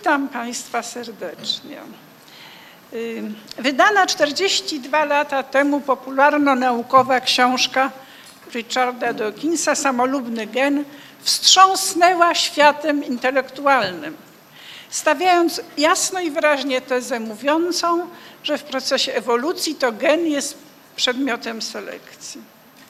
Witam Państwa serdecznie. Wydana 42 lata temu popularno-naukowa książka Richarda Dawkinsa „Samolubny gen” wstrząsnęła światem intelektualnym, stawiając jasno i wyraźnie tezę mówiącą, że w procesie ewolucji to gen jest przedmiotem selekcji.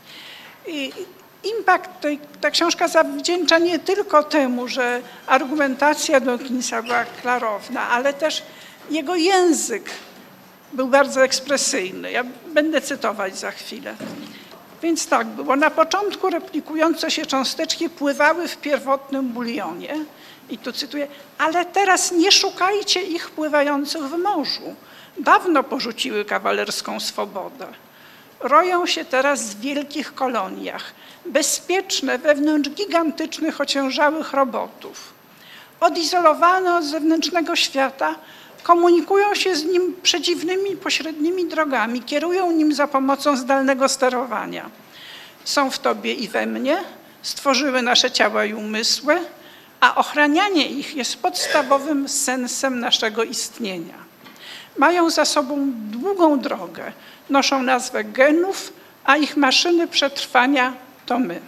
Impact ta książka zawdzięcza nie tylko temu, że argumentacja Dawkinsa była klarowna, ale też jego język był bardzo ekspresyjny. Ja będę cytować za chwilę. Więc tak było. Na początku replikujące się cząsteczki pływały w pierwotnym bulionie. I tu cytuję, ale teraz nie szukajcie ich pływających w morzu. Dawno porzuciły kawalerską swobodę. Roją się teraz w wielkich koloniach, bezpieczne wewnątrz gigantycznych, ociężałych robotów. Odizolowane od zewnętrznego świata, komunikują się z nim przedziwnymi, pośrednimi drogami, kierują nim za pomocą zdalnego sterowania. Są w tobie i we mnie, stworzyły nasze ciała i umysły, a ochranianie ich jest podstawowym sensem naszego istnienia. Mają za sobą długą drogę, noszą nazwę genów, a ich maszyny przetrwania to my.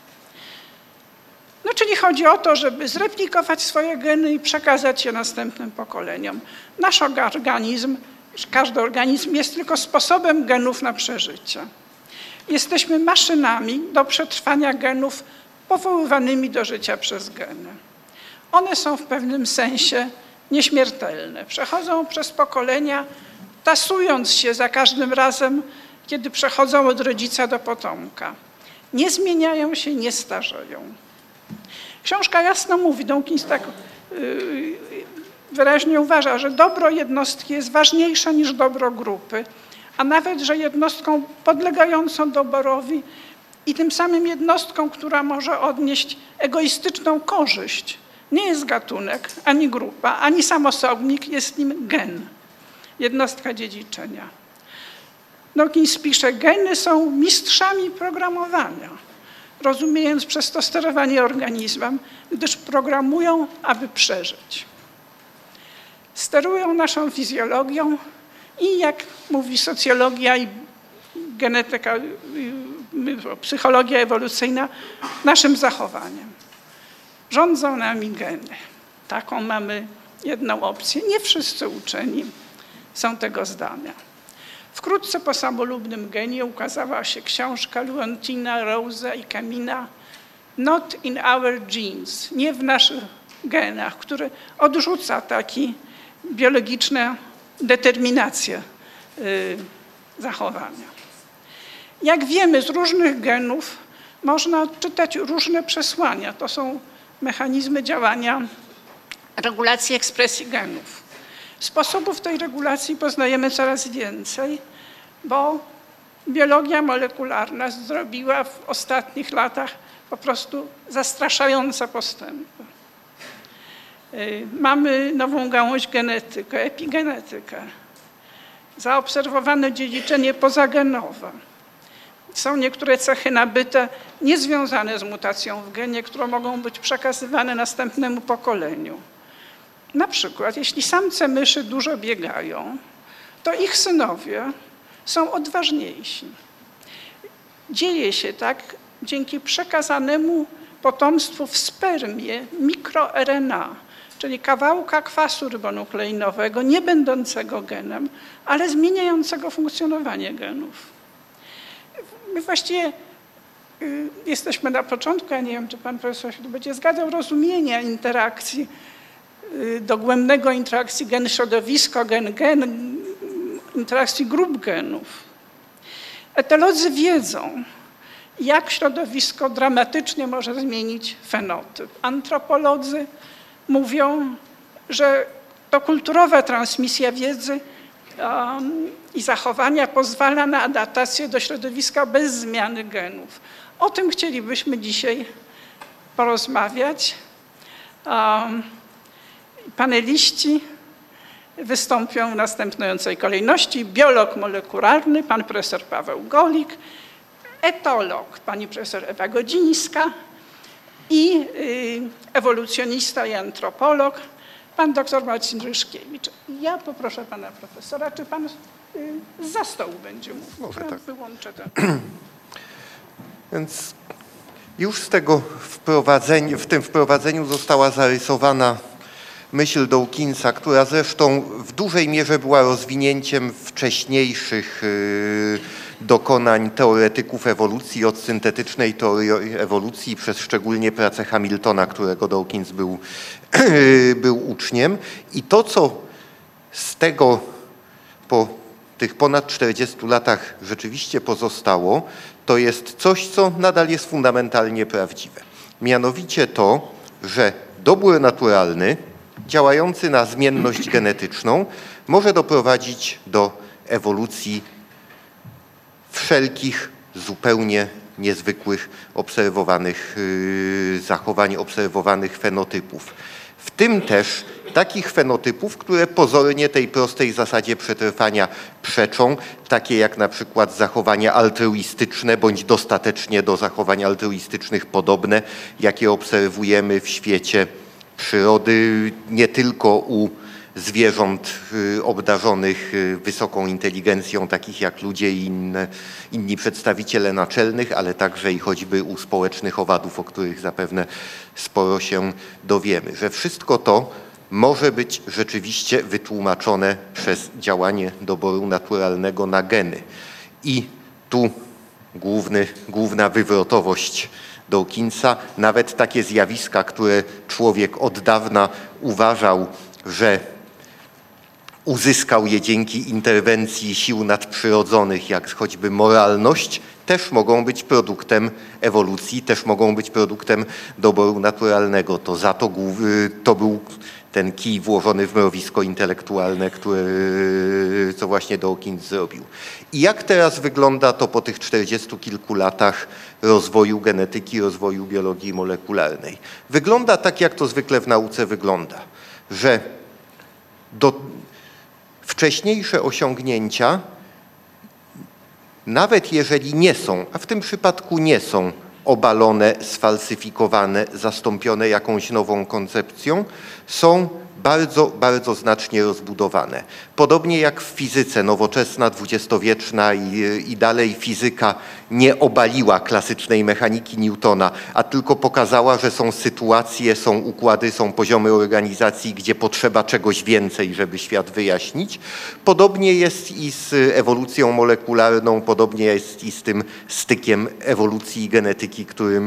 No, czyli chodzi o to, żeby zreplikować swoje geny i przekazać je następnym pokoleniom. Nasz organizm, każdy organizm jest tylko sposobem genów na przeżycie. Jesteśmy maszynami do przetrwania genów powoływanymi do życia przez geny. One są w pewnym sensie nieśmiertelne. Przechodzą przez pokolenia, tasując się za każdym razem, kiedy przechodzą od rodzica do potomka. Nie zmieniają się, nie starzeją. Książka jasno mówi, Dawkins tak wyraźnie uważa, że dobro jednostki jest ważniejsze niż dobro grupy, a nawet, że jednostką podlegającą doborowi i tym samym jednostką, która może odnieść egoistyczną korzyść, nie jest gatunek, ani grupa, ani sam osobnik, jest nim gen, jednostka dziedziczenia. Dawkins pisze, geny są mistrzami programowania, rozumiejąc przez to sterowanie organizmem, gdyż programują, aby przeżyć. Sterują naszą fizjologią i, jak mówi socjologia i genetyka, psychologia ewolucyjna, naszym zachowaniem. Rządzą nami geny. Taką mamy jedną opcję. Nie wszyscy uczeni są tego zdania. Wkrótce po samolubnym genie ukazała się książka Leontina, Rosa i Camina Not in our genes, nie w naszych genach, który odrzuca takie biologiczne determinacje zachowania. Jak wiemy, z różnych genów można odczytać różne przesłania. To są mechanizmy działania regulacji ekspresji genów. Sposobów tej regulacji poznajemy coraz więcej, bo biologia molekularna zrobiła w ostatnich latach po prostu zastraszające postępy. Mamy nową gałąź genetykę, epigenetykę, zaobserwowane dziedziczenie pozagenowe. Są niektóre cechy nabyte niezwiązane z mutacją w genie, które mogą być przekazywane następnemu pokoleniu. Na przykład, jeśli samce myszy dużo biegają, to ich synowie są odważniejsi. Dzieje się tak dzięki przekazanemu potomstwu w spermie mikroRNA, czyli kawałka kwasu rybonukleinowego, nie będącego genem, ale zmieniającego funkcjonowanie genów. My właściwie jesteśmy na początku, ja nie wiem, czy pan profesor się tu będzie zgadzał, rozumienia interakcji, dogłębnego interakcji gen-środowisko, gen-gen, interakcji grup genów. Etolodzy wiedzą, jak środowisko dramatycznie może zmienić fenotyp. Antropolodzy mówią, że to kulturowa transmisja wiedzy i zachowania pozwala na adaptację do środowiska bez zmiany genów. O tym chcielibyśmy dzisiaj porozmawiać. Paneliści wystąpią w następującej kolejności. Biolog molekularny, pan profesor Paweł Golik, etolog, pani profesor Ewa Godzińska i ewolucjonista i antropolog, pan doktor Marcin Ryszkiewicz. Ja poproszę pana profesora, czy pan za stołu będzie mówił. Może tak. Wyłączę ten. Więc już w tym wprowadzeniu została zarysowana myśl Dawkinsa, która zresztą w dużej mierze była rozwinięciem wcześniejszych dokonań teoretyków ewolucji, od syntetycznej teorii ewolucji przez szczególnie pracę Hamiltona, którego Dawkins był uczniem. I to, co z tego po tych ponad 40 latach rzeczywiście pozostało, to jest coś, co nadal jest fundamentalnie prawdziwe. Mianowicie to, że dobór naturalny, działający na zmienność genetyczną, może doprowadzić do ewolucji wszelkich zupełnie niezwykłych obserwowanych zachowań, obserwowanych fenotypów. W tym też takich fenotypów, które pozornie tej prostej zasadzie przetrwania przeczą, takie jak na przykład zachowania altruistyczne bądź dostatecznie do zachowań altruistycznych podobne, jakie obserwujemy w świecie przyrody, nie tylko u zwierząt obdarzonych wysoką inteligencją, takich jak ludzie i inni przedstawiciele naczelnych, ale także i choćby u społecznych owadów, o których zapewne sporo się dowiemy. Że wszystko to może być rzeczywiście wytłumaczone przez działanie doboru naturalnego na geny. I tu główna wywrotowość Dawkinsa, nawet takie zjawiska, które człowiek od dawna uważał, że uzyskał je dzięki interwencji sił nadprzyrodzonych, jak choćby moralność, też mogą być produktem ewolucji, też mogą być produktem doboru naturalnego. To był ten kij włożony w mrowisko intelektualne, co właśnie Dawkins zrobił. I jak teraz wygląda to po tych 40 kilku latach rozwoju genetyki, rozwoju biologii molekularnej? Wygląda tak, jak to zwykle w nauce wygląda, że wcześniejsze osiągnięcia, nawet jeżeli nie są, a w tym przypadku nie są obalone, sfalsyfikowane, zastąpione jakąś nową koncepcją, są bardzo, bardzo znacznie rozbudowane. Podobnie jak w fizyce nowoczesna, dwudziestowieczna i dalej fizyka nie obaliła klasycznej mechaniki Newtona, a tylko pokazała, że są sytuacje, są układy, są poziomy organizacji, gdzie potrzeba czegoś więcej, żeby świat wyjaśnić. Podobnie jest i z ewolucją molekularną, podobnie jest i z tym stykiem ewolucji i genetyki, którym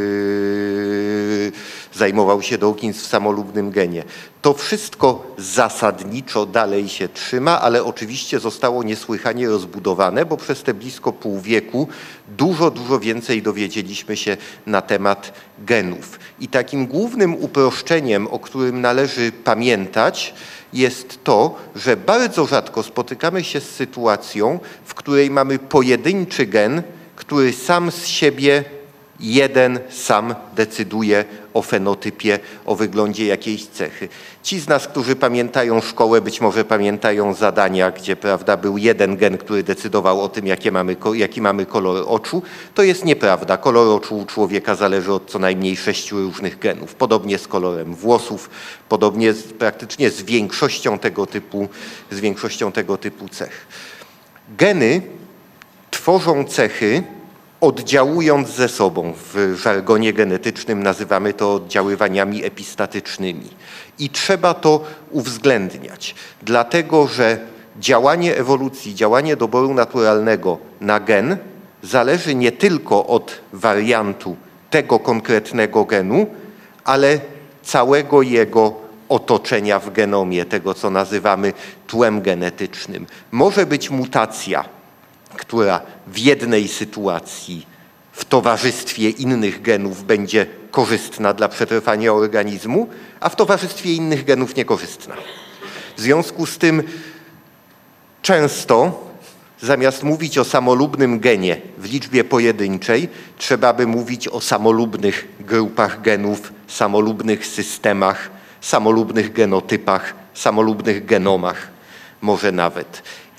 zajmował się Dawkins w Samolubnym genie. To wszystko zasadniczo dalej się trzyma, ale oczywiście zostało niesłychanie rozbudowane, bo przez te blisko pół wieku dużo więcej dowiedzieliśmy się na temat genów. I takim głównym uproszczeniem, o którym należy pamiętać, jest to, że bardzo rzadko spotykamy się z sytuacją, w której mamy pojedynczy gen, który sam z siebie jeden sam decyduje o fenotypie, o wyglądzie jakiejś cechy. Ci z nas, którzy pamiętają szkołę, być może pamiętają zadania, gdzie prawda, był jeden gen, który decydował o tym, jaki mamy kolor oczu. To jest nieprawda. Kolor oczu u człowieka zależy od co najmniej 6 różnych genów. Podobnie z kolorem włosów, podobnie praktycznie z większością tego typu cech. Geny tworzą cechy, oddziałując ze sobą. W żargonie genetycznym nazywamy to oddziaływaniami epistatycznymi. I trzeba to uwzględniać, dlatego że działanie ewolucji, działanie doboru naturalnego na gen zależy nie tylko od wariantu tego konkretnego genu, ale całego jego otoczenia w genomie, tego co nazywamy tłem genetycznym. Może być mutacja, która w jednej sytuacji w towarzystwie innych genów będzie korzystna dla przetrwania organizmu, a w towarzystwie innych genów niekorzystna. W związku z tym często zamiast mówić o samolubnym genie w liczbie pojedynczej, trzeba by mówić o samolubnych grupach genów, samolubnych systemach, samolubnych genotypach, samolubnych genomach, może nawet.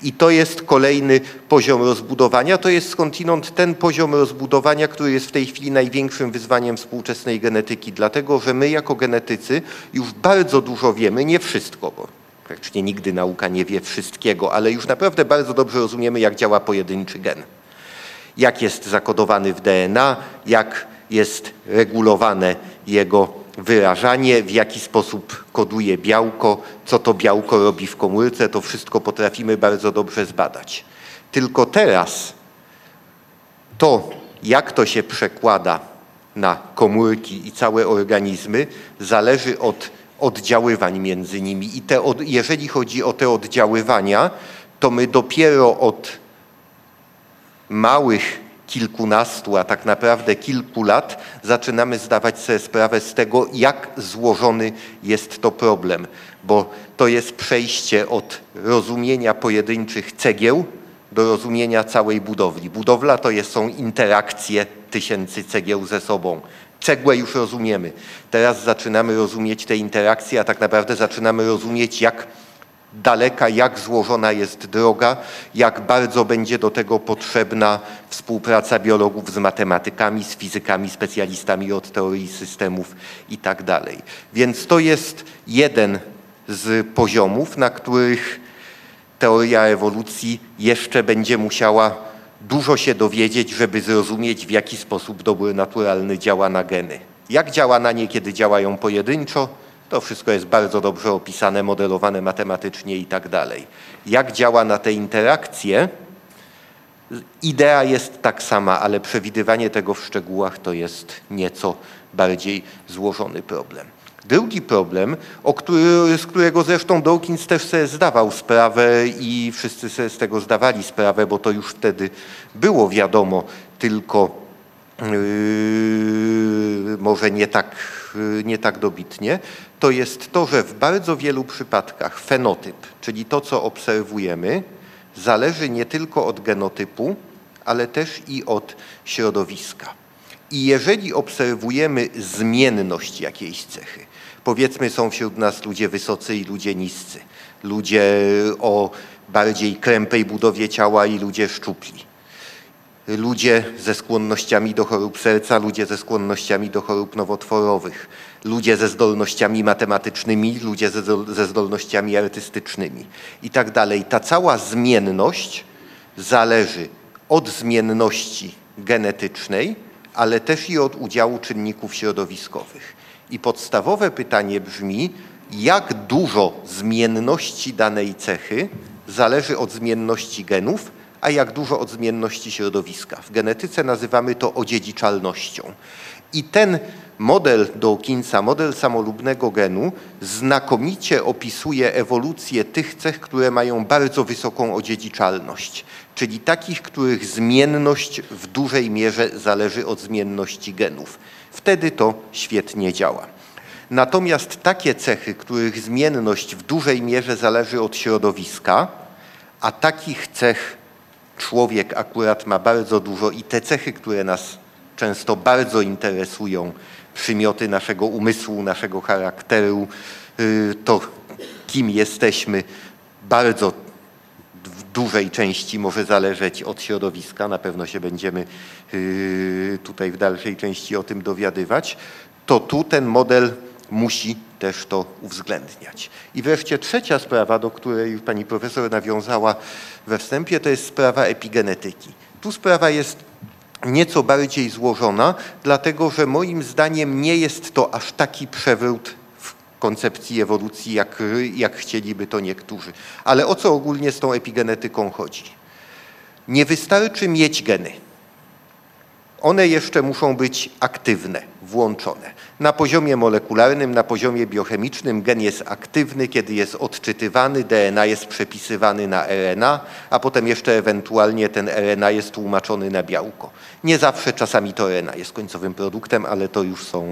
I to jest kolejny poziom rozbudowania. To jest skądinąd ten poziom rozbudowania, który jest w tej chwili największym wyzwaniem współczesnej genetyki, dlatego że my jako genetycy już bardzo dużo wiemy, nie wszystko, bo praktycznie nigdy nauka nie wie wszystkiego, ale już naprawdę bardzo dobrze rozumiemy, jak działa pojedynczy gen. Jak jest zakodowany w DNA, jak jest regulowane jego wyrażanie, w jaki sposób koduje białko, co to białko robi w komórce, to wszystko potrafimy bardzo dobrze zbadać. Tylko teraz to, jak to się przekłada na komórki i całe organizmy, zależy od oddziaływań między nimi. I jeżeli chodzi o te oddziaływania, to my dopiero od małych kilkunastu, a tak naprawdę kilku lat zaczynamy zdawać sobie sprawę z tego, jak złożony jest to problem, bo to jest przejście od rozumienia pojedynczych cegieł do rozumienia całej budowli. Budowla to są interakcje tysięcy cegieł ze sobą. Cegłę już rozumiemy. Teraz zaczynamy rozumieć te interakcje, a tak naprawdę zaczynamy rozumieć, jak daleka, jak złożona jest droga, jak bardzo będzie do tego potrzebna współpraca biologów z matematykami, z fizykami, specjalistami od teorii systemów i tak dalej. Więc to jest jeden z poziomów, na których teoria ewolucji jeszcze będzie musiała dużo się dowiedzieć, żeby zrozumieć, w jaki sposób dobór naturalny działa na geny. Jak działa na nie, kiedy działają pojedynczo, to wszystko jest bardzo dobrze opisane, modelowane matematycznie i tak dalej. Jak działa na te interakcje? Idea jest tak sama, ale przewidywanie tego w szczegółach to jest nieco bardziej złożony problem. Drugi problem, z którego zresztą Dawkins też sobie zdawał sprawę i wszyscy sobie z tego zdawali sprawę, bo to już wtedy było wiadomo, tylko może nie tak dobitnie, to jest to, że w bardzo wielu przypadkach fenotyp, czyli to, co obserwujemy, zależy nie tylko od genotypu, ale też i od środowiska. I jeżeli obserwujemy zmienność jakiejś cechy, powiedzmy są wśród nas ludzie wysocy i ludzie niscy, ludzie o bardziej krępej budowie ciała i ludzie szczupli, ludzie ze skłonnościami do chorób serca, ludzie ze skłonnościami do chorób nowotworowych, ludzie ze zdolnościami matematycznymi, ludzie ze zdolnościami artystycznymi i tak dalej. Ta cała zmienność zależy od zmienności genetycznej, ale też i od udziału czynników środowiskowych. I podstawowe pytanie brzmi, jak dużo zmienności danej cechy zależy od zmienności genów, a jak dużo od zmienności środowiska. W genetyce nazywamy to odziedziczalnością. I ten model Dawkinsa, model samolubnego genu, znakomicie opisuje ewolucję tych cech, które mają bardzo wysoką odziedziczalność, czyli takich, których zmienność w dużej mierze zależy od zmienności genów. Wtedy to świetnie działa. Natomiast takie cechy, których zmienność w dużej mierze zależy od środowiska, a takich cech człowiek akurat ma bardzo dużo i te cechy, które nas często bardzo interesują, przymioty naszego umysłu, naszego charakteru, to kim jesteśmy, bardzo w dużej części może zależeć od środowiska. Na pewno się będziemy tutaj w dalszej części o tym dowiadywać. To tu ten model musi też to uwzględniać. I wreszcie trzecia sprawa, do której pani profesor nawiązała we wstępie, to jest sprawa epigenetyki. Tu sprawa jest nieco bardziej złożona, dlatego że moim zdaniem nie jest to aż taki przewrót w koncepcji ewolucji, jak chcieliby to niektórzy. Ale o co ogólnie z tą epigenetyką chodzi? Nie wystarczy mieć geny. One jeszcze muszą być aktywne, włączone. Na poziomie molekularnym, na poziomie biochemicznym gen jest aktywny, kiedy jest odczytywany, DNA jest przepisywany na RNA, a potem jeszcze ewentualnie ten RNA jest tłumaczony na białko. Nie zawsze, czasami to RNA jest końcowym produktem, ale to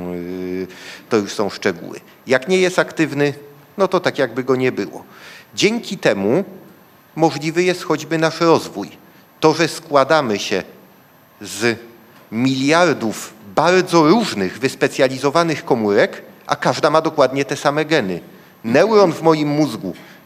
już są szczegóły. Jak nie jest aktywny, no to tak jakby go nie było. Dzięki temu możliwy jest choćby nasz rozwój. To, że składamy się z miliardów bardzo różnych, wyspecjalizowanych komórek, a każda ma dokładnie te same geny. Neuron w moim mózgu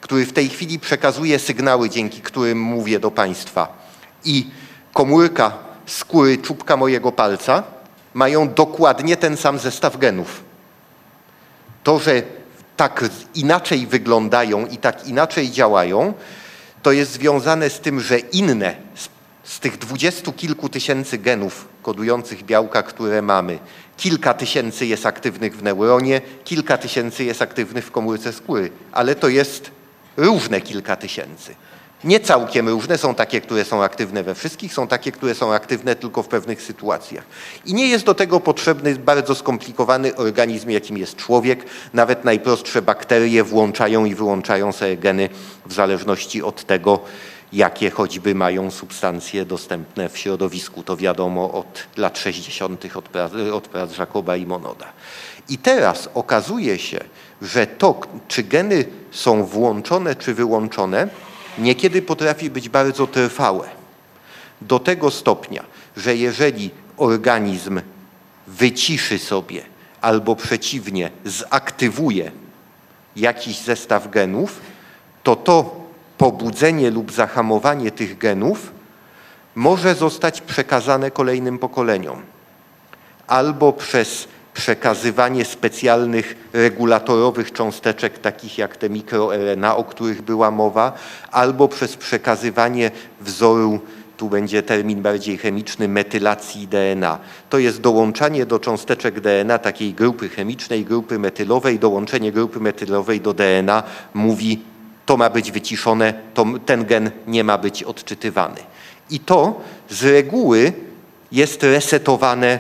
który w tej chwili przekazuje sygnały, dzięki którym mówię do Państwa, i komórka skóry czubka mojego palca mają dokładnie ten sam zestaw genów. To, że tak inaczej wyglądają i tak inaczej działają, to jest związane z tym, że inne z tych 20 kilku tysięcy genów kodujących białka, które mamy, kilka tysięcy jest aktywnych w neuronie, kilka tysięcy jest aktywnych w komórce skóry, ale to jest różne kilka tysięcy. Nie całkiem różne, są takie, które są aktywne we wszystkich, są takie, które są aktywne tylko w pewnych sytuacjach. I nie jest do tego potrzebny bardzo skomplikowany organizm, jakim jest człowiek. Nawet najprostsze bakterie włączają i wyłączają sobie geny w zależności od tego, jakie choćby mają substancje dostępne w środowisku. To wiadomo od lat 60. od prac Jacoba i Monoda. I teraz okazuje się, że to, czy geny są włączone czy wyłączone, niekiedy potrafi być bardzo trwałe. Do tego stopnia, że jeżeli organizm wyciszy sobie albo przeciwnie zaktywuje jakiś zestaw genów, to pobudzenie lub zahamowanie tych genów może zostać przekazane kolejnym pokoleniom. Albo przez przekazywanie specjalnych regulatorowych cząsteczek, takich jak te mikroRNA, o których była mowa, albo przez przekazywanie wzoru, tu będzie termin bardziej chemiczny, metylacji DNA. To jest dołączanie do cząsteczek DNA takiej grupy chemicznej, grupy metylowej, dołączenie grupy metylowej do DNA mówi, to ma być wyciszone, ten gen nie ma być odczytywany. I to z reguły jest resetowane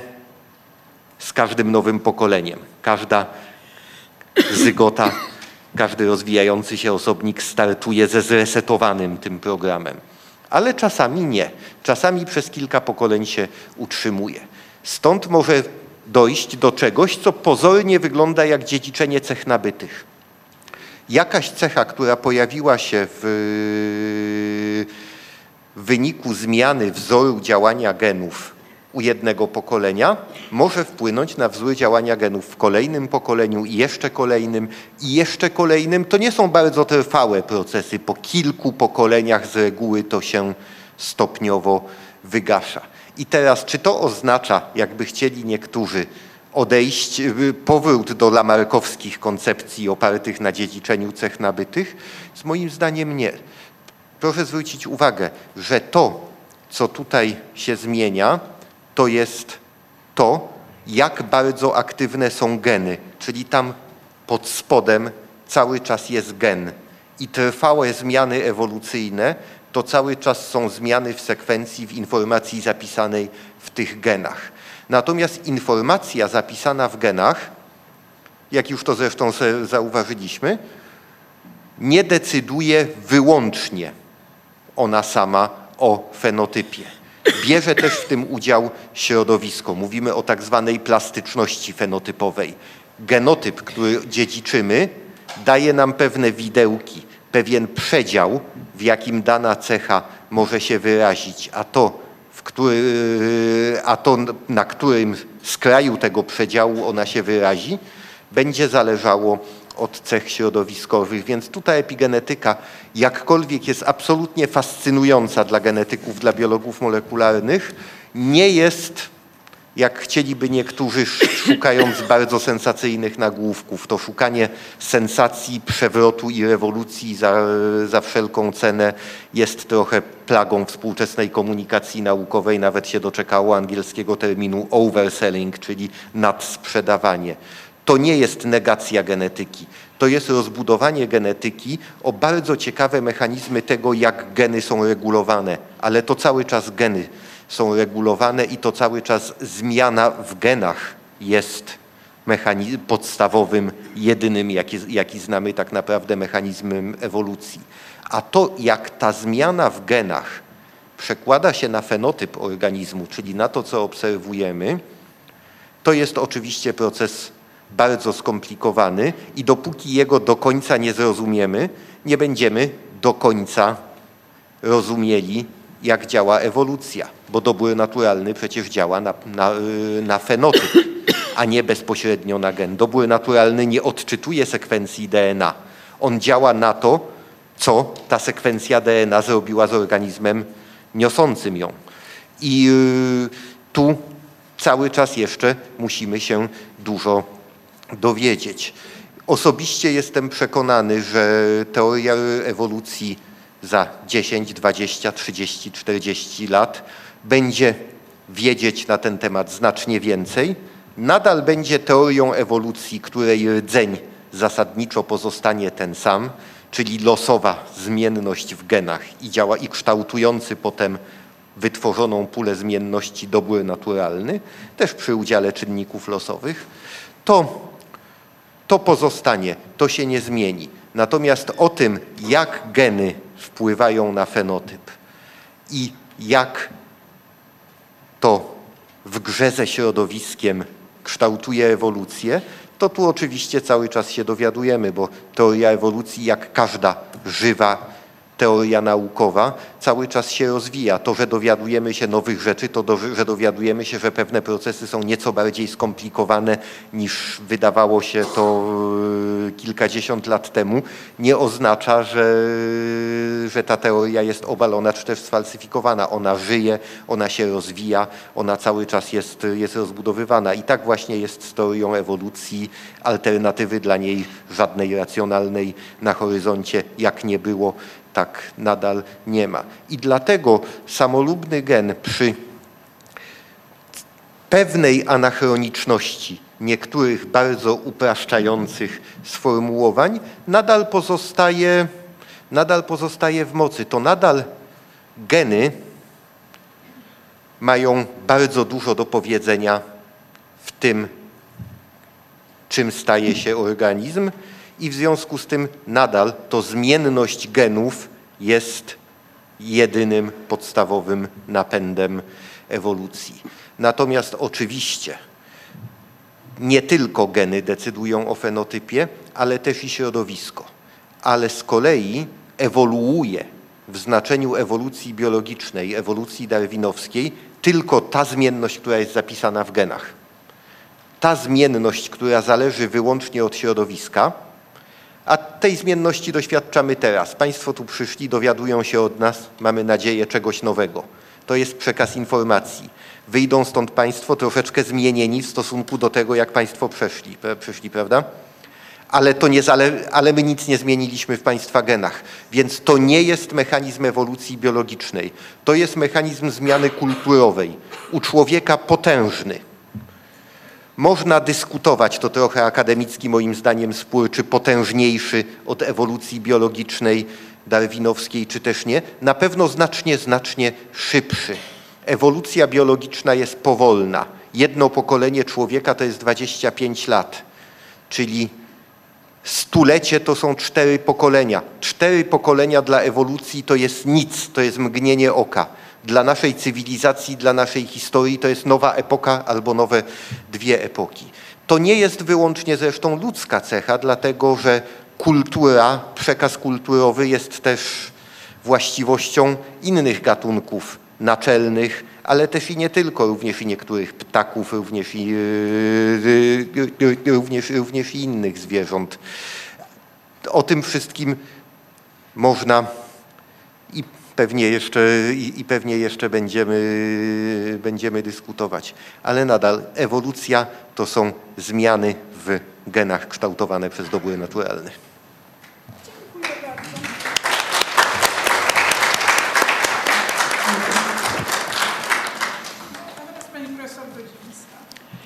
z każdym nowym pokoleniem. Każda zygota, każdy rozwijający się osobnik startuje ze zresetowanym tym programem. Ale czasami nie. Czasami przez kilka pokoleń się utrzymuje. Stąd może dojść do czegoś, co pozornie wygląda jak dziedziczenie cech nabytych. Jakaś cecha, która pojawiła się w wyniku zmiany wzoru działania genów u jednego pokolenia, może wpłynąć na wzór działania genów w kolejnym pokoleniu i jeszcze kolejnym i jeszcze kolejnym. To nie są bardzo trwałe procesy. Po kilku pokoleniach z reguły to się stopniowo wygasza. I teraz, czy to oznacza, jakby chcieli niektórzy, powrót do lamarckowskich koncepcji opartych na dziedziczeniu cech nabytych? Z moim zdaniem nie. Proszę zwrócić uwagę, że to, co tutaj się zmienia, to jest to, jak bardzo aktywne są geny, czyli tam pod spodem cały czas jest gen i trwałe zmiany ewolucyjne to cały czas są zmiany w sekwencji, w informacji zapisanej w tych genach. Natomiast informacja zapisana w genach, jak już to zresztą zauważyliśmy, nie decyduje wyłącznie ona sama o fenotypie. Bierze też w tym udział środowisko. Mówimy o tak zwanej plastyczności fenotypowej. Genotyp, który dziedziczymy, daje nam pewne widełki, pewien przedział, w jakim dana cecha może się wyrazić, a to, na którym skraju tego przedziału ona się wyrazi, będzie zależało od cech środowiskowych. Więc tutaj epigenetyka, jakkolwiek jest absolutnie fascynująca dla genetyków, dla biologów molekularnych, nie jest, jak chcieliby niektórzy, szukając bardzo sensacyjnych nagłówków. To szukanie sensacji, przewrotu i rewolucji za wszelką cenę jest trochę plagą współczesnej komunikacji naukowej. Nawet się doczekało angielskiego terminu overselling, czyli nadsprzedawanie. To nie jest negacja genetyki. To jest rozbudowanie genetyki o bardzo ciekawe mechanizmy tego, jak geny są regulowane, ale to cały czas geny są regulowane i to cały czas zmiana w genach jest podstawowym, jedynym, jaki znamy tak naprawdę mechanizmem ewolucji. A to, jak ta zmiana w genach przekłada się na fenotyp organizmu, czyli na to, co obserwujemy, to jest oczywiście proces bardzo skomplikowany i dopóki jego do końca nie zrozumiemy, nie będziemy do końca rozumieli, jak działa ewolucja, bo dobór naturalny przecież działa na fenotyp, a nie bezpośrednio na gen. Dobór naturalny nie odczytuje sekwencji DNA. On działa na to, co ta sekwencja DNA zrobiła z organizmem niosącym ją. I tu cały czas jeszcze musimy się dużo dowiedzieć. Osobiście jestem przekonany, że teoria ewolucji za 10, 20, 30, 40 lat będzie wiedzieć na ten temat znacznie więcej. Nadal będzie teorią ewolucji, której rdzeń zasadniczo pozostanie ten sam, czyli losowa zmienność w genach i kształtujący potem wytworzoną pulę zmienności dobór naturalny, też przy udziale czynników losowych, to pozostanie, to się nie zmieni. Natomiast o tym, jak geny wpływają na fenotyp i jak to w grze ze środowiskiem kształtuje ewolucję, to tu oczywiście cały czas się dowiadujemy, bo teoria ewolucji, jak każda żywa teoria naukowa, cały czas się rozwija. To, że dowiadujemy się nowych rzeczy, że dowiadujemy się, że pewne procesy są nieco bardziej skomplikowane niż wydawało się to kilkadziesiąt lat temu, nie oznacza, że ta teoria jest obalona czy też sfalsyfikowana. Ona żyje, ona się rozwija, ona cały czas jest rozbudowywana. I tak właśnie jest z teorią ewolucji. Alternatywy dla niej żadnej racjonalnej na horyzoncie, jak nie było, tak nadal nie ma. I dlatego samolubny gen przy pewnej anachroniczności niektórych bardzo upraszczających sformułowań nadal pozostaje w mocy. To nadal geny mają bardzo dużo do powiedzenia w tym, czym staje się organizm, i w związku z tym nadal to zmienność genów jest jedynym podstawowym napędem ewolucji. Natomiast oczywiście nie tylko geny decydują o fenotypie, ale też i środowisko. Ale z kolei ewoluuje w znaczeniu ewolucji biologicznej, ewolucji darwinowskiej tylko ta zmienność, która jest zapisana w genach. Ta zmienność, która zależy wyłącznie od środowiska, a tej zmienności doświadczamy teraz. Państwo tu przyszli, dowiadują się od nas, mamy nadzieję, czegoś nowego. To jest przekaz informacji. Wyjdą stąd Państwo troszeczkę zmienieni w stosunku do tego, jak Państwo przyszli, prawda? Ale my nic nie zmieniliśmy w Państwa genach. Więc to nie jest mechanizm ewolucji biologicznej. To jest mechanizm zmiany kulturowej. U człowieka potężny. Można dyskutować, to trochę akademicki moim zdaniem spór, czy potężniejszy od ewolucji biologicznej, darwinowskiej, czy też nie. Na pewno znacznie, znacznie szybszy. Ewolucja biologiczna jest powolna. Jedno pokolenie człowieka to jest 25 lat, czyli stulecie to są 4 pokolenia. 4 pokolenia dla ewolucji to jest nic, to jest mgnienie oka. Dla naszej cywilizacji, dla naszej historii to jest nowa epoka albo nowe 2 epoki. To nie jest wyłącznie zresztą ludzka cecha, dlatego że kultura, przekaz kulturowy jest też właściwością innych gatunków naczelnych, ale też i nie tylko, również i niektórych ptaków, również i innych zwierząt. O tym wszystkim można i pewnie jeszcze będziemy dyskutować. Ale nadal ewolucja to są zmiany w genach kształtowane przez dobór naturalny. Dziękuję bardzo. Teraz pani profesor Godzińska.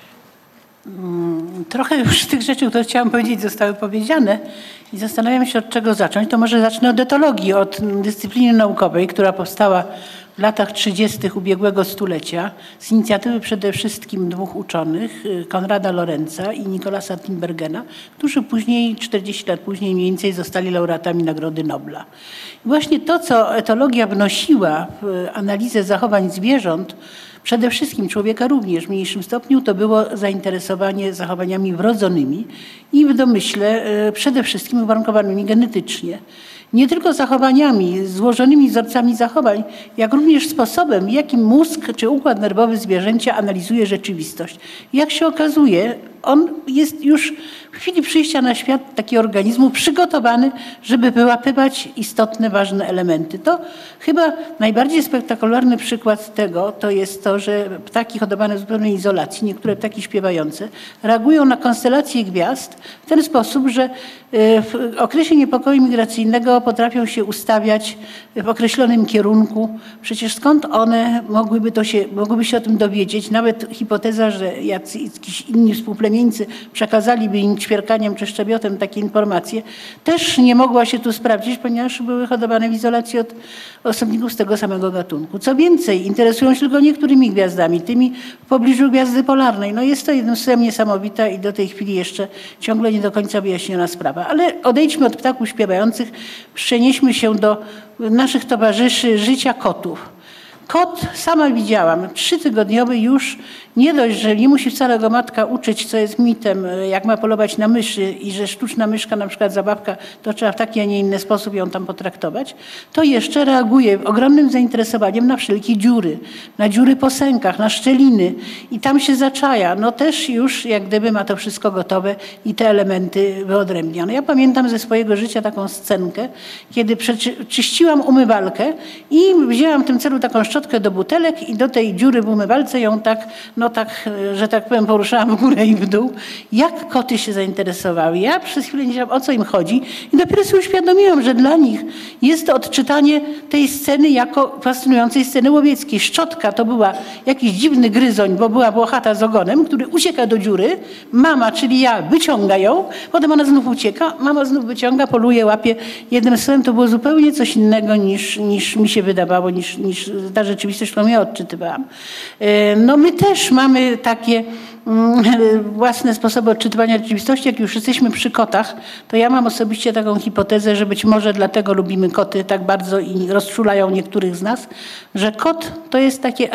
Trochę już tych rzeczy, które chciałam powiedzieć, zostały powiedziane i zastanawiam się, od czego zacząć. To może zacznę od etologii, od dyscypliny naukowej, która powstała w latach 30. ubiegłego stulecia z inicjatywy przede wszystkim 2 uczonych, Konrada Lorenza i Nicolasa Tinbergena, którzy później, 40 lat później mniej więcej, zostali laureatami Nagrody Nobla. I właśnie to, co etologia wnosiła w analizę zachowań zwierząt, przede wszystkim człowieka również w mniejszym stopniu, to było zainteresowanie zachowaniami wrodzonymi i w domyśle przede wszystkim uwarunkowanymi genetycznie. Nie tylko zachowaniami, złożonymi wzorcami zachowań, jak również sposobem, w jakim mózg czy układ nerwowy zwierzęcia analizuje rzeczywistość. Jak się okazuje, on jest już w w chwili przyjścia na świat takiego organizmu przygotowany, żeby wyłapywać istotne, ważne elementy. To chyba najbardziej spektakularny przykład tego to jest to, że ptaki hodowane w zupełnej izolacji, niektóre ptaki śpiewające, reagują na konstelacje gwiazd w ten sposób, że w okresie niepokoju migracyjnego potrafią się ustawiać w określonym kierunku. Przecież skąd one mogłyby się o tym dowiedzieć? Nawet hipoteza, że jakiś inni współplemieńcy przekazaliby im ćwierkaniem czy szczebiotem takie informacje, też nie mogła się tu sprawdzić, ponieważ były hodowane w izolacji od osobników z tego samego gatunku. Co więcej, interesują się tylko niektórymi gwiazdami, tymi w pobliżu gwiazdy polarnej. No jest to jednostka niesamowita i do tej chwili jeszcze ciągle nie do końca wyjaśniona sprawa. Ale odejdźmy od ptaków śpiewających, przenieśmy się do naszych towarzyszy życia kotów. Kot, sama widziałam, 3-tygodniowy już, nie dość, że nie musi wcale go matka uczyć, co jest mitem, jak ma polować na myszy i że sztuczna myszka, na przykład zabawka, to trzeba w taki, a nie inny sposób ją tam potraktować, to jeszcze reaguje ogromnym zainteresowaniem na wszelkie dziury, na dziury po sękach, na szczeliny i tam się zaczaja. No też już jak gdyby ma to wszystko gotowe i te elementy wyodrębnione. Ja pamiętam ze swojego życia taką scenkę, kiedy czyściłam umywalkę i wzięłam w tym celu taką szczotkę do butelek i do tej dziury w umywalce ją tak, że tak powiem, poruszałam w górę i w dół. Jak koty się zainteresowały? Ja przez chwilę nie wiedziałam, o co im chodzi i dopiero sobie uświadomiłam, że dla nich jest to odczytanie tej sceny jako fascynującej sceny łowieckiej. Szczotka to była jakiś dziwny gryzoń, bo była włochata z ogonem, który ucieka do dziury. Mama, czyli ja, wyciąga ją, potem ona znów ucieka, mama znów wyciąga, poluje, łapie. Jednym słowem to było zupełnie coś innego niż mi się wydawało, niż ta rzeczywistość, którą ja odczytywałam. No my też mamy takie własne sposoby odczytywania rzeczywistości. Jak już jesteśmy przy kotach, to ja mam osobiście taką hipotezę, że być może dlatego lubimy koty tak bardzo i rozczulają niektórych z nas, że kot to jest takie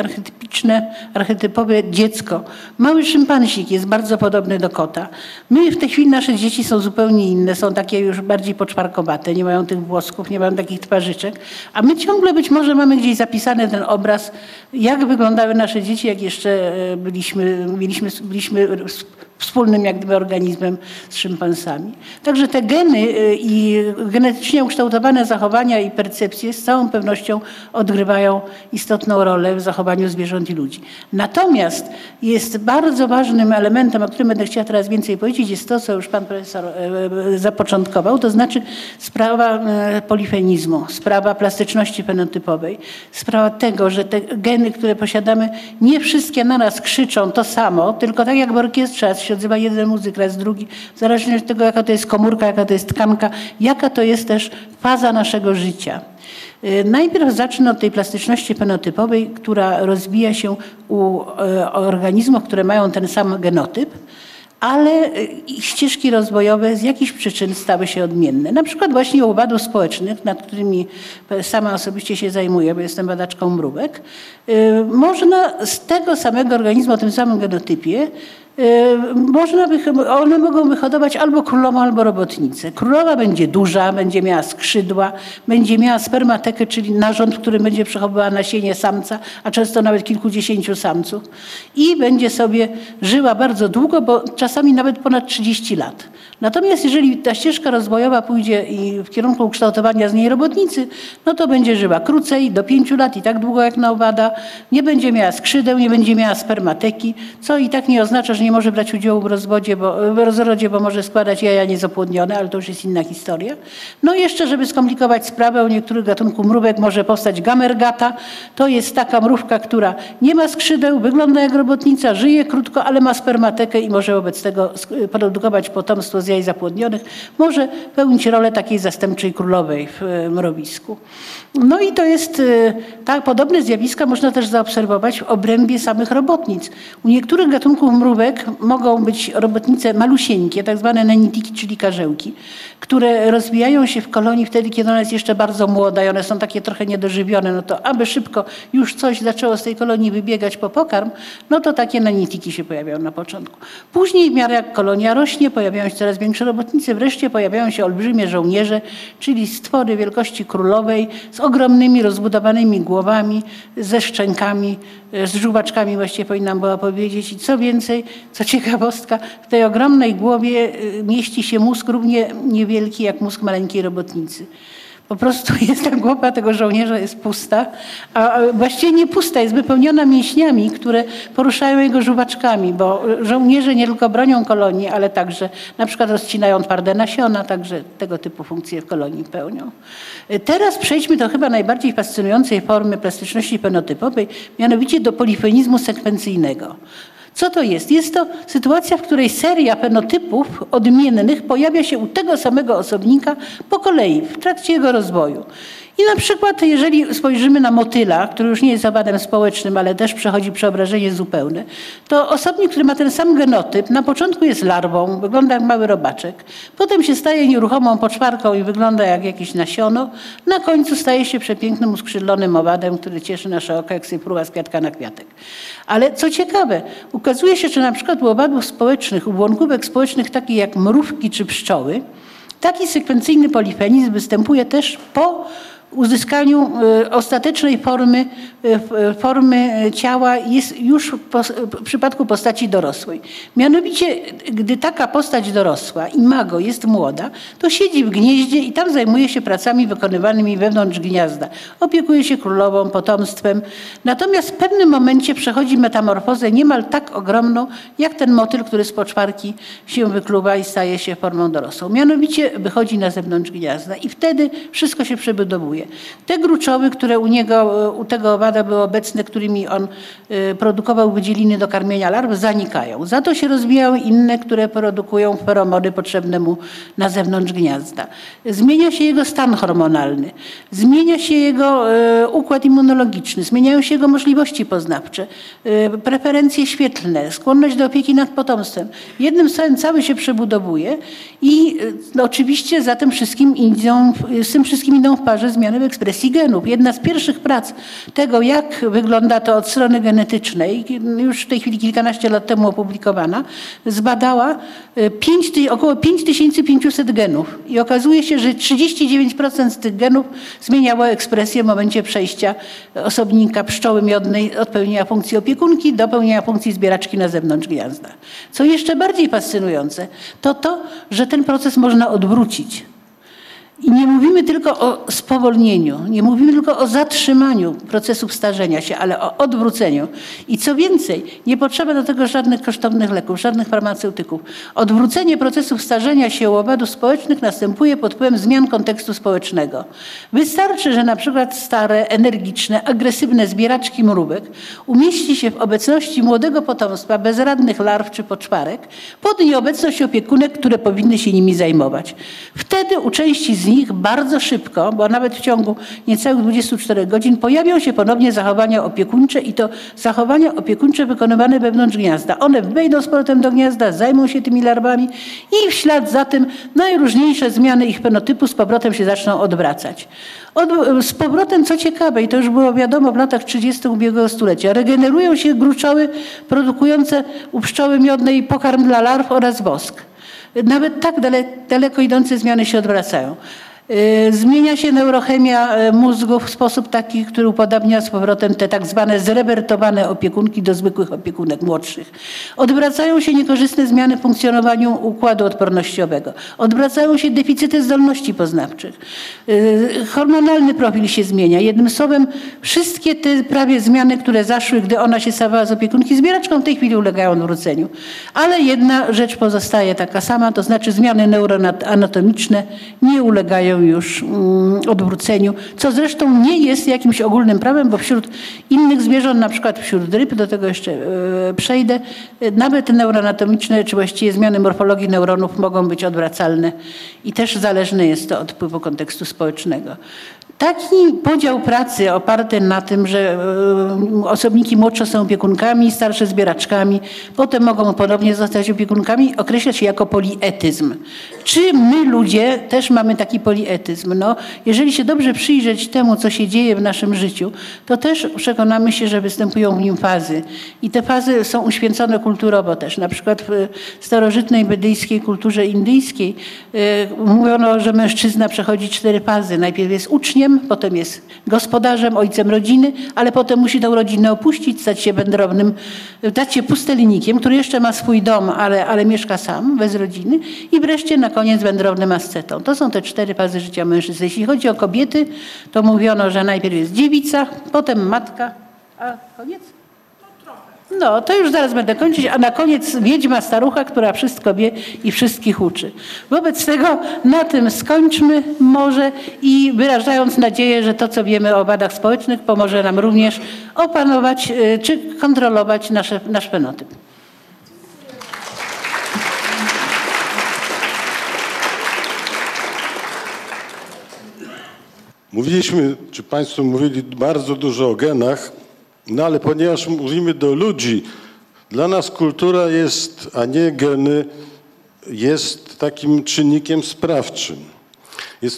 archetypowe dziecko. Mały szympansik jest bardzo podobny do kota. My w tej chwili nasze dzieci są zupełnie inne, są takie już bardziej poczwarkowate, nie mają tych włosków, nie mają takich twarzyczek, a my ciągle być może mamy gdzieś zapisany ten obraz, jak wyglądały nasze dzieci, jak jeszcze byliśmy wspólnym jak gdyby organizmem z szympansami. Także te geny i genetycznie ukształtowane zachowania i percepcje z całą pewnością odgrywają istotną rolę w zachowaniu zwierząt i ludzi. Natomiast jest bardzo ważnym elementem, o którym będę chciała teraz więcej powiedzieć, jest to, co już pan profesor zapoczątkował, to znaczy sprawa polifenizmu, sprawa plastyczności fenotypowej, sprawa tego, że te geny, które posiadamy, nie wszystkie naraz krzyczą to samo, tylko tak jak w orkiestrze, raz się odzywa jeden muzyk, raz drugi, w zależności od tego, jaka to jest komórka, jaka to jest tkanka, jaka to jest też faza naszego życia. Najpierw zacznę od tej plastyczności fenotypowej, która rozwija się u organizmów, które mają ten sam genotyp, ale ich ścieżki rozwojowe z jakichś przyczyn stały się odmienne. Na przykład właśnie u owadów społecznych, nad którymi sama osobiście się zajmuję, bo jestem badaczką mrówek, można z tego samego organizmu o tym samym genotypie one mogą wyhodować albo królową, albo robotnicę. Królowa będzie duża, będzie miała skrzydła, będzie miała spermatekę, czyli narząd, w którym będzie przechowywała nasienie samca, a często nawet kilkudziesięciu samców. I będzie sobie żyła bardzo długo, bo czasami nawet ponad 30 lat. Natomiast jeżeli ta ścieżka rozwojowa pójdzie w kierunku ukształtowania z niej robotnicy, no to będzie żyła krócej, do 5 lat i tak długo jak na owada, nie będzie miała skrzydeł, nie będzie miała spermateki, co i tak nie oznacza, że nie może brać udziału w rozrodzie, bo może składać jaja niezapłodnione, ale to już jest inna historia. No i jeszcze, żeby skomplikować sprawę, u niektórych gatunków mrówek może powstać gamergata. To jest taka mrówka, która nie ma skrzydeł, wygląda jak robotnica, żyje krótko, ale ma spermatekę i może wobec tego produkować potomstwo z jaj zapłodnionych. Może pełnić rolę takiej zastępczej królowej w mrowisku. No i to jest, podobne zjawiska można też zaobserwować w obrębie samych robotnic. U niektórych gatunków mrówek mogą być robotnice malusieńkie, tak zwane nanitiki, czyli karzełki, które rozwijają się w kolonii wtedy, kiedy ona jest jeszcze bardzo młoda i one są takie trochę niedożywione, no to aby szybko już coś zaczęło z tej kolonii wybiegać po pokarm, no to takie nanitiki się pojawiają na początku. Później w miarę jak kolonia rośnie, pojawiają się coraz większe robotnice. Wreszcie pojawiają się olbrzymie żołnierze, czyli stwory wielkości królowej z ogromnymi, rozbudowanymi głowami, ze szczękami, z żuwaczkami właściwie powinnam była powiedzieć. I co więcej, co ciekawostka, w tej ogromnej głowie mieści się mózg równie niewielki jak mózg maleńkiej robotnicy. Po prostu jest ta głowa tego żołnierza jest pusta, a właściwie nie pusta, jest wypełniona mięśniami, które poruszają jego żuwaczkami, bo żołnierze nie tylko bronią kolonii, ale także na przykład rozcinają twarde nasiona, także tego typu funkcje w kolonii pełnią. Teraz przejdźmy do chyba najbardziej fascynującej formy plastyczności fenotypowej, mianowicie do polifenizmu sekwencyjnego. Co to jest? Jest to sytuacja, w której seria fenotypów odmiennych pojawia się u tego samego osobnika po kolei w trakcie jego rozwoju. I na przykład, jeżeli spojrzymy na motyla, który już nie jest owadem społecznym, ale też przechodzi przeobrażenie zupełne, to osobnik, który ma ten sam genotyp, na początku jest larwą, wygląda jak mały robaczek, potem się staje nieruchomą poczwarką i wygląda jak jakieś nasiono, na końcu staje się przepięknym, uskrzydlonym owadem, który cieszy nasze oko, jak sobie fruwa z kwiatka na kwiatek. Ale co ciekawe, ukazuje się, że na przykład u owadów społecznych, u błąkówek społecznych takich jak mrówki czy pszczoły, taki sekwencyjny polifenizm występuje też po uzyskaniu ostatecznej formy ciała jest już w przypadku postaci dorosłej. Mianowicie, gdy taka postać dorosła, imago, jest młoda, to siedzi w gnieździe i tam zajmuje się pracami wykonywanymi wewnątrz gniazda. Opiekuje się królową, potomstwem. Natomiast w pewnym momencie przechodzi metamorfozę niemal tak ogromną, jak ten motyl, który z poczwarki się wykluwa i staje się formą dorosłą. Mianowicie wychodzi na zewnątrz gniazda i wtedy wszystko się przebudowuje. Te gruczoły, które u tego owada były obecne, którymi on produkował wydzieliny do karmienia larw, zanikają. Za to się rozwijają inne, które produkują feromony potrzebne mu na zewnątrz gniazda. Zmienia się jego stan hormonalny, zmienia się jego układ immunologiczny, zmieniają się jego możliwości poznawcze, preferencje świetlne, skłonność do opieki nad potomstwem. Jednym słowem cały się przebudowuje i oczywiście za tym wszystkim z tym wszystkim idą w parze zmiany w ekspresji genów. Jedna z pierwszych prac tego, jak wygląda to od strony genetycznej, już w tej chwili kilkanaście lat temu opublikowana, zbadała około 5500 genów i okazuje się, że 39% z tych genów zmieniało ekspresję w momencie przejścia osobnika pszczoły miodnej od pełnienia funkcji opiekunki do pełnienia funkcji zbieraczki na zewnątrz gniazda. Co jeszcze bardziej fascynujące, to to, że ten proces można odwrócić. I nie mówimy tylko o spowolnieniu, nie mówimy tylko o zatrzymaniu procesów starzenia się, ale o odwróceniu. I co więcej, nie potrzeba do tego żadnych kosztownych leków, żadnych farmaceutyków. Odwrócenie procesów starzenia się u owadów społecznych następuje pod wpływem zmian kontekstu społecznego. Wystarczy, że na przykład stare, energiczne, agresywne zbieraczki mrówek umieści się w obecności młodego potomstwa, bezradnych larw czy poczwarek, pod nieobecność opiekunek, które powinny się nimi zajmować. Wtedy u części z nich bardzo szybko, bo nawet w ciągu niecałych 24 godzin pojawią się ponownie zachowania opiekuńcze i to zachowania opiekuńcze wykonywane wewnątrz gniazda. One wejdą z powrotem do gniazda, zajmą się tymi larwami i w ślad za tym najróżniejsze zmiany ich fenotypu z powrotem się zaczną odwracać. Z powrotem, co ciekawe, i to już było wiadomo w latach 30. ubiegłego stulecia, regenerują się gruczoły produkujące u pszczoły miodnej pokarm dla larw oraz wosk. Nawet tak daleko idące zmiany się odwracają. Zmienia się neurochemia mózgu w sposób taki, który upodabnia z powrotem te tak zwane zrewertowane opiekunki do zwykłych opiekunek młodszych. Odwracają się niekorzystne zmiany w funkcjonowaniu układu odpornościowego. Odwracają się deficyty zdolności poznawczych. Hormonalny profil się zmienia. Jednym słowem, wszystkie te prawie zmiany, które zaszły, gdy ona się stawała z opiekunki zbieraczką, w tej chwili ulegają odwróceniu. Ale jedna rzecz pozostaje taka sama, to znaczy zmiany neuroanatomiczne nie ulegają już odwróceniu, co zresztą nie jest jakimś ogólnym prawem, bo wśród innych zwierząt, na przykład wśród ryb, do tego jeszcze przejdę, nawet neuroanatomiczne, czy właściwie zmiany morfologii neuronów mogą być odwracalne i też zależne jest to od wpływu kontekstu społecznego. Taki podział pracy oparty na tym, że osobniki młodsze są opiekunkami, starsze zbieraczkami, potem mogą ponownie zostać opiekunkami, określa się jako polietyzm. Czy my ludzie też mamy taki polietyzm? No, jeżeli się dobrze przyjrzeć temu, co się dzieje w naszym życiu, to też przekonamy się, że występują w nim fazy. I te fazy są uświęcone kulturowo też. Na przykład w starożytnej bedyjskiej kulturze indyjskiej mówiono, że mężczyzna przechodzi 4 fazy. Najpierw jest uczniem, potem jest gospodarzem, ojcem rodziny, ale potem musi tę rodzinę opuścić, stać się wędrownym, stać się pustelnikiem, który jeszcze ma swój dom, ale mieszka sam, bez rodziny i wreszcie na koniec wędrownym ascetą. To są te 4 fazy życia mężczyzny. Jeśli chodzi o kobiety, to mówiono, że najpierw jest dziewica, potem matka, a koniec? No, to już zaraz będę kończyć, a na koniec wiedźma starucha, która wszystko wie i wszystkich uczy. Wobec tego na tym skończmy może i wyrażając nadzieję, że to, co wiemy o wadach społecznych, pomoże nam również opanować czy kontrolować nasz fenotyp. Mówiliśmy, czy Państwo mówili bardzo dużo o genach, no ale ponieważ mówimy do ludzi, dla nas kultura jest, a nie geny, jest takim czynnikiem sprawczym. Jest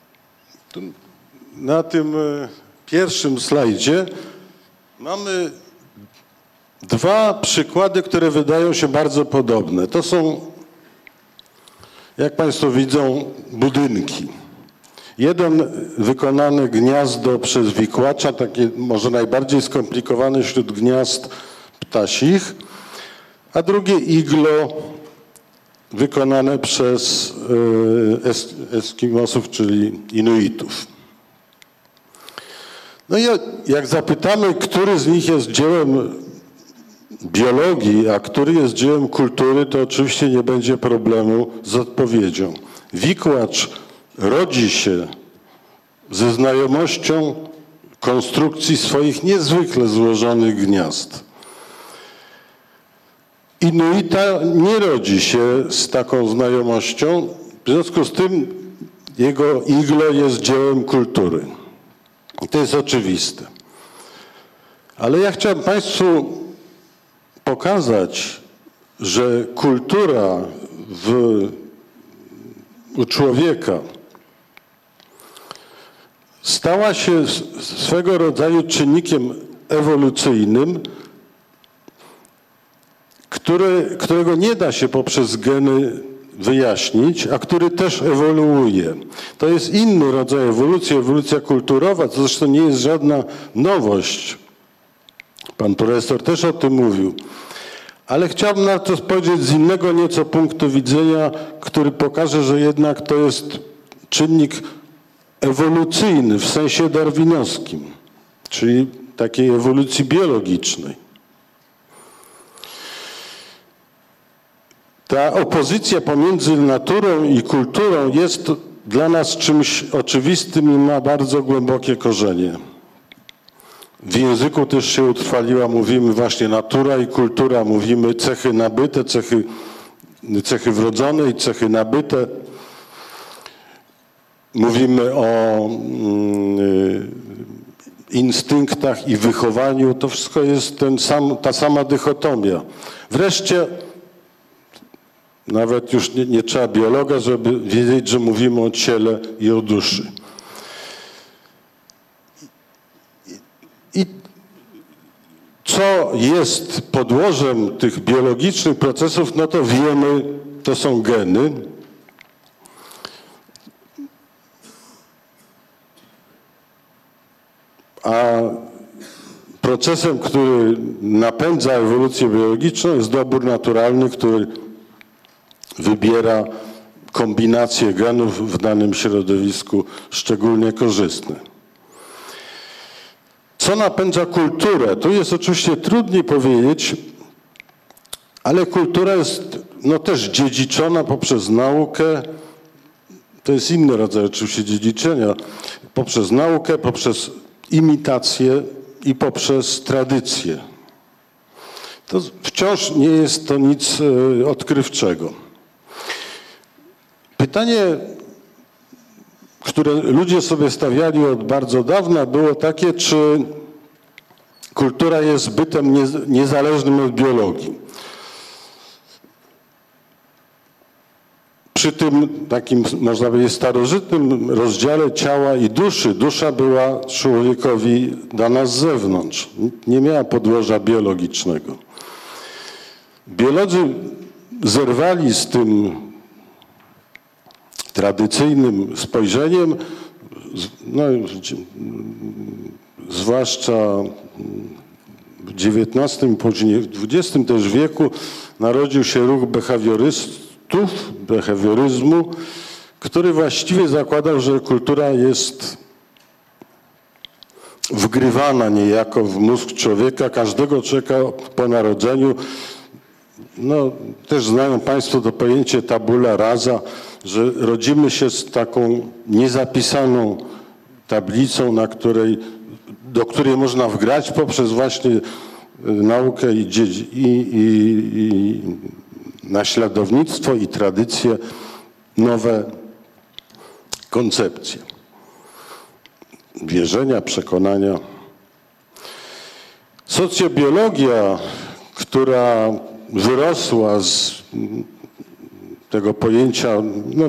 na tym pierwszym slajdzie mamy 2 przykłady, które wydają się bardzo podobne. To są, jak Państwo widzą, budynki. Jeden wykonane gniazdo przez wikłacza, takie może najbardziej skomplikowane wśród gniazd ptasich, a drugie iglo wykonane przez Eskimosów, czyli Inuitów. No i jak zapytamy, który z nich jest dziełem biologii, a który jest dziełem kultury, to oczywiście nie będzie problemu z odpowiedzią. Wikłacz rodzi się ze znajomością konstrukcji swoich niezwykle złożonych gniazd. Inuita nie rodzi się z taką znajomością, w związku z tym jego iglo jest dziełem kultury. I to jest oczywiste. Ale ja chciałem Państwu pokazać, że kultura u człowieka stała się swego rodzaju czynnikiem ewolucyjnym, którego nie da się poprzez geny wyjaśnić, a który też ewoluuje. To jest inny rodzaj ewolucji, ewolucja kulturowa, co zresztą nie jest żadna nowość. Pan profesor też o tym mówił. Ale chciałbym na to spojrzeć z innego nieco punktu widzenia, który pokaże, że jednak to jest czynnik ewolucyjny w sensie darwinowskim, czyli takiej ewolucji biologicznej. Ta opozycja pomiędzy naturą i kulturą jest dla nas czymś oczywistym i ma bardzo głębokie korzenie. W języku też się utrwaliła, mówimy właśnie natura i kultura, mówimy cechy nabyte, cechy wrodzone i cechy nabyte. Mówimy o instynktach i wychowaniu. To wszystko jest ta sama dychotomia. Wreszcie nawet już nie trzeba biologa, żeby wiedzieć, że mówimy o ciele i o duszy. I co jest podłożem tych biologicznych procesów, no to wiemy, to są geny. A procesem, który napędza ewolucję biologiczną, jest dobór naturalny, który wybiera kombinacje genów w danym środowisku szczególnie korzystne. Co napędza kulturę? Tu jest oczywiście trudniej powiedzieć, ale kultura jest też dziedziczona poprzez naukę. To jest inny rodzaj oczywiście dziedziczenia. Poprzez naukę, poprzez imitację i poprzez tradycję. To wciąż nie jest to nic odkrywczego. Pytanie, które ludzie sobie stawiali od bardzo dawna, było takie, czy kultura jest bytem niezależnym od biologii. Przy tym takim, można powiedzieć, starożytnym rozdziale ciała i duszy, dusza była człowiekowi dana z zewnątrz, nie miała podłoża biologicznego. Biolodzy zerwali z tym tradycyjnym spojrzeniem, no, zwłaszcza w XIX i później w XX też wieku narodził się ruch behawioryzmu, który właściwie zakładał, że kultura jest wgrywana niejako w mózg człowieka, każdego człowieka po narodzeniu. No, też znają Państwo to pojęcie tabula rasa, że rodzimy się z taką niezapisaną tablicą, do której można wgrać poprzez właśnie naukę i naśladownictwo i tradycje, nowe koncepcje, wierzenia, przekonania. Socjobiologia, która wyrosła z tego pojęcia, no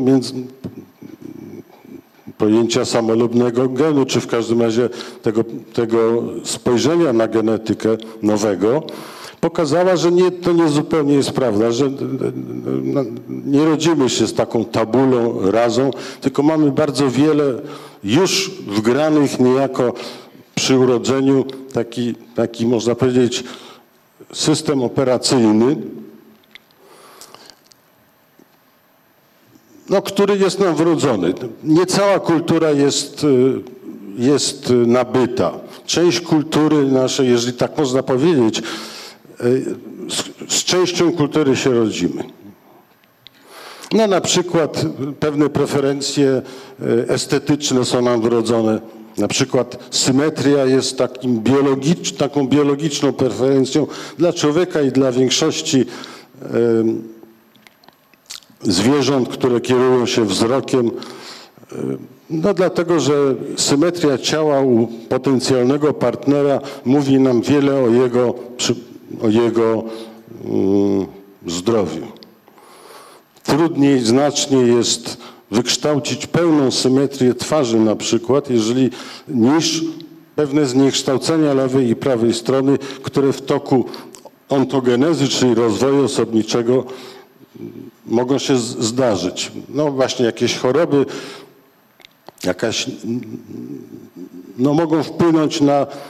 pojęcia samolubnego genu, czy w każdym razie tego spojrzenia na genetykę nowego, pokazała, że to nie zupełnie jest prawda, że nie rodzimy się z taką tabulą rasą, tylko mamy bardzo wiele już wgranych niejako przy urodzeniu, taki można powiedzieć system operacyjny, no, który jest nam wrodzony. Nie cała kultura jest nabyta. Część kultury naszej, jeżeli tak można powiedzieć, z częścią kultury się rodzimy. No, na przykład pewne preferencje estetyczne są nam wrodzone. Na przykład symetria jest taką biologiczną preferencją dla człowieka i dla większości zwierząt, które kierują się wzrokiem. No dlatego, że symetria ciała u potencjalnego partnera mówi nam wiele o jego zdrowiu. Trudniej znacznie jest wykształcić pełną symetrię twarzy na przykład, niż pewne zniekształcenia lewej i prawej strony, które w toku ontogenezy, czyli rozwoju osobniczego, mogą się zdarzyć. No właśnie jakieś choroby, mogą wpłynąć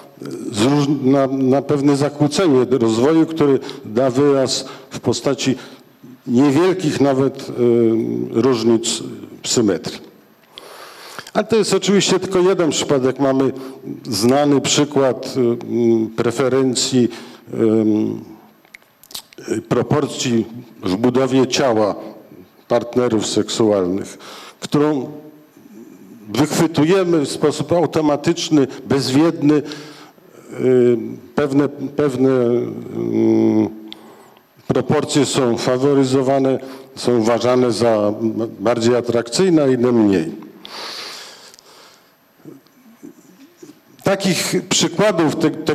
na pewne zakłócenie rozwoju, który da wyraz w postaci niewielkich nawet różnic symetrii. Ale to jest oczywiście tylko jeden przypadek. Mamy znany przykład preferencji proporcji w budowie ciała partnerów seksualnych, którą wychwytujemy w sposób automatyczny, bezwiedny. Pewne proporcje są faworyzowane, są uważane za bardziej atrakcyjne, a inne mniej. Takich przykładów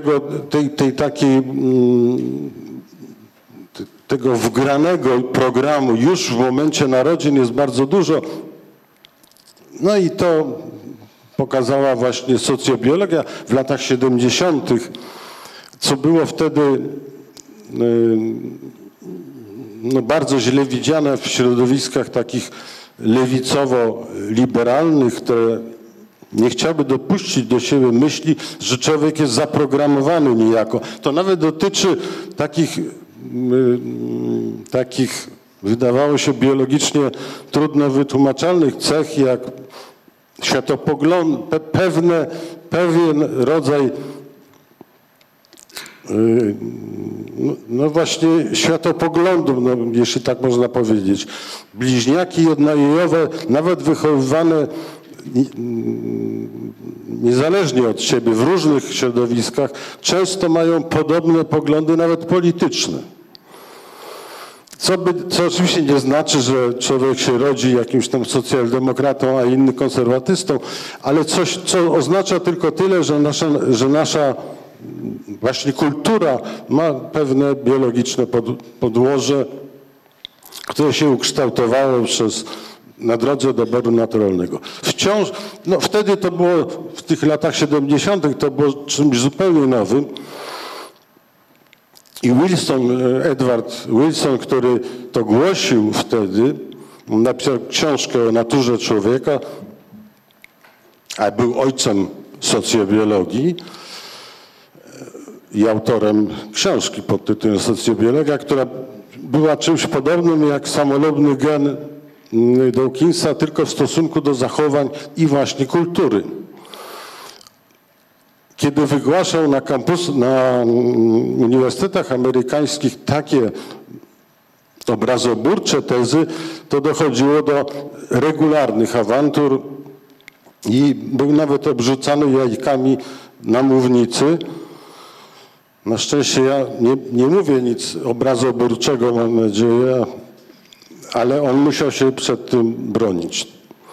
tego wgranego programu już w momencie narodzin jest bardzo dużo. No i to pokazała właśnie socjobiologia w latach 70., co było wtedy bardzo źle widziane w środowiskach takich lewicowo-liberalnych, które nie chciały dopuścić do siebie myśli, że człowiek jest zaprogramowany niejako. To nawet dotyczy takich wydawało się biologicznie trudno wytłumaczalnych cech, jak światopogląd, pewien rodzaj no właśnie światopoglądu, jeśli tak można powiedzieć. Bliźniaki jednojajowe, nawet wychowywane niezależnie od siebie w różnych środowiskach, często mają podobne poglądy, nawet polityczne. Co oczywiście nie znaczy, że człowiek się rodzi jakimś tam socjaldemokratą, a inny konserwatystą, ale coś, co oznacza tylko tyle, że nasza właśnie kultura ma pewne biologiczne podłoże, które się ukształtowało na drodze doboru naturalnego. Wciąż, no wtedy to było, w tych latach 70. to było czymś zupełnie nowym. I Edward Wilson, który to głosił wtedy, napisał książkę o naturze człowieka, a był ojcem socjobiologii i autorem książki pod tytułem Socjobiologia, która była czymś podobnym jak samolubny gen Dawkinsa, tylko w stosunku do zachowań i właśnie kultury. Kiedy wygłaszał na uniwersytetach amerykańskich takie obrazoburcze tezy, to dochodziło do regularnych awantur i był nawet obrzucany jajkami na mównicy. Na szczęście ja nie mówię nic obrazoburczego, mam nadzieję, ale on musiał się przed tym bronić.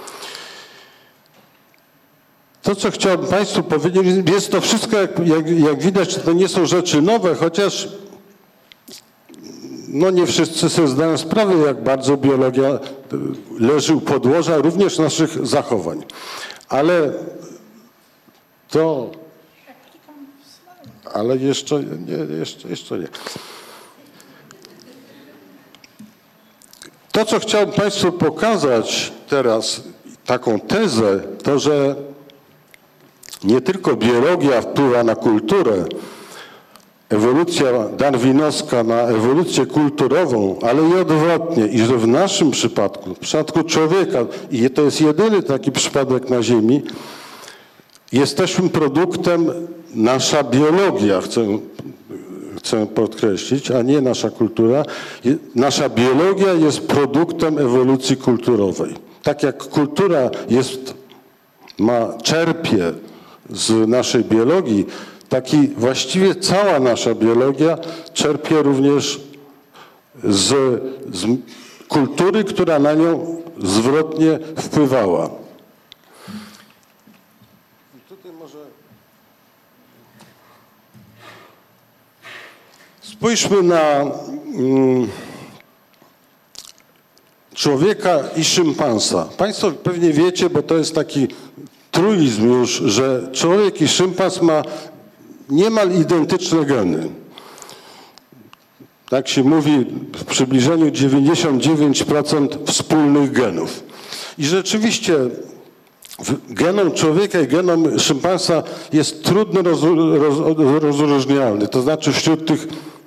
To, co chciałem Państwu powiedzieć, jest to wszystko, jak widać, to nie są rzeczy nowe, chociaż no nie wszyscy sobie zdają sprawę, jak bardzo biologia leży u podłoża również naszych zachowań. Ale to... Ale jeszcze nie. To, co chciałem Państwu pokazać teraz, taką tezę, to, że nie tylko biologia wpływa na kulturę, ewolucja darwinowska na ewolucję kulturową, ale i odwrotnie. I że w naszym przypadku, w przypadku człowieka, i to jest jedyny taki przypadek na Ziemi, jesteśmy produktem, nasza biologia, chcę podkreślić, a nie nasza kultura. Nasza biologia jest produktem ewolucji kulturowej. Tak jak kultura czerpie z naszej biologii, taki właściwie cała nasza biologia czerpie również z kultury, która na nią zwrotnie wpływała. Tutaj może spójrzmy na człowieka i szympansa. Państwo pewnie wiecie, bo to jest taki truizm już, że człowiek i szympans ma niemal identyczne geny. Tak się mówi, w przybliżeniu 99% wspólnych genów. I rzeczywiście genom człowieka i genom szympansa jest trudno rozróżnialny. To znaczy wśród tych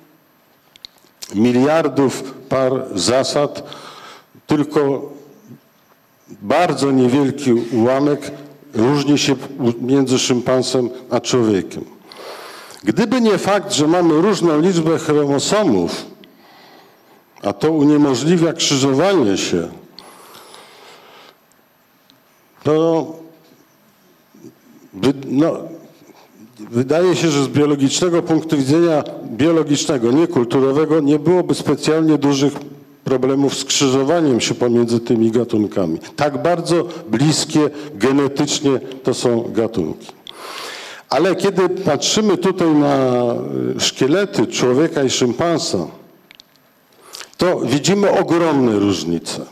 miliardów par zasad tylko bardzo niewielki ułamek różni się między szympansem a człowiekiem. Gdyby nie fakt, że mamy różną liczbę chromosomów, a to uniemożliwia krzyżowanie się, to wydaje się, że z biologicznego punktu widzenia, nie kulturowego, nie byłoby specjalnie dużych problemów z krzyżowaniem się pomiędzy tymi gatunkami. Tak bardzo bliskie genetycznie to są gatunki. Ale kiedy patrzymy tutaj na szkielety człowieka i szympansa, to widzimy ogromne różnice.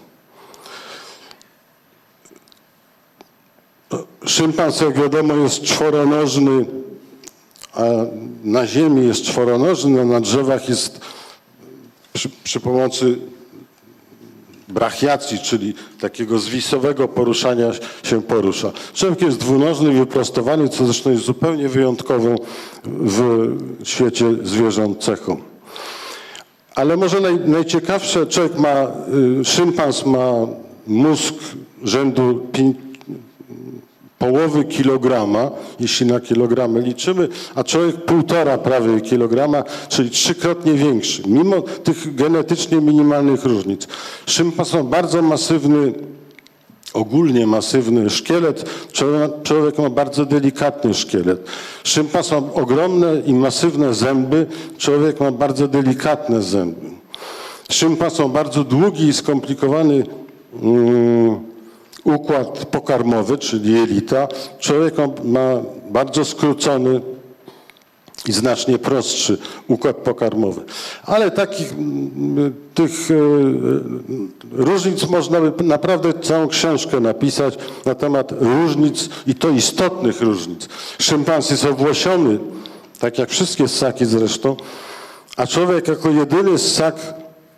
Szympans, jak wiadomo, jest czworonożny, a na ziemi jest czworonożny, a na drzewach jest przy pomocy brachiacji, czyli takiego zwisowego poruszania się porusza. Człowiek jest dwunożny i wyprostowany, co zresztą jest zupełnie wyjątkową w świecie zwierząt cechą. Ale może najciekawsze, szympans ma mózg rzędu połowy kilograma, jeśli na kilogramy liczymy, a człowiek 1,5 prawie kilograma, czyli 3-krotnie większy, mimo tych genetycznie minimalnych różnic. Szympans ma bardzo masywny, ogólnie masywny szkielet, człowiek ma bardzo delikatny szkielet. Szympans ma ogromne i masywne zęby, człowiek ma bardzo delikatne zęby. Szympas ma bardzo długi i skomplikowany układ pokarmowy, czyli jelita. Człowiek ma bardzo skrócony i znacznie prostszy układ pokarmowy. Ale tych różnic można by naprawdę całą książkę napisać na temat różnic i to istotnych różnic. Szympans jest owłosiony, tak jak wszystkie ssaki zresztą, a człowiek jako jedyny ssak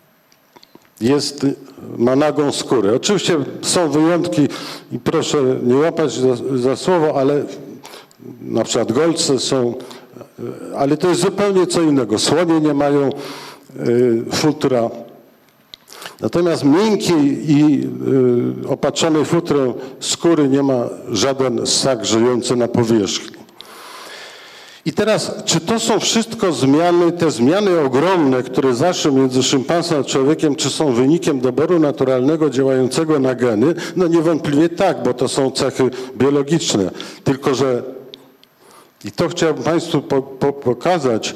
ma nagą skórę. Oczywiście są wyjątki i proszę nie łapać za słowo, ale na przykład golce są, ale to jest zupełnie co innego. Słonie nie mają futra. Natomiast miękkiej i opatrzonej futrem skóry nie ma żaden ssak żyjący na powierzchni. I teraz, czy to są wszystko zmiany, te zmiany ogromne, które zaszły między szympansem a człowiekiem, czy są wynikiem doboru naturalnego działającego na geny? No niewątpliwie tak, bo to są cechy biologiczne. Tylko że, i to chciałbym Państwu pokazać,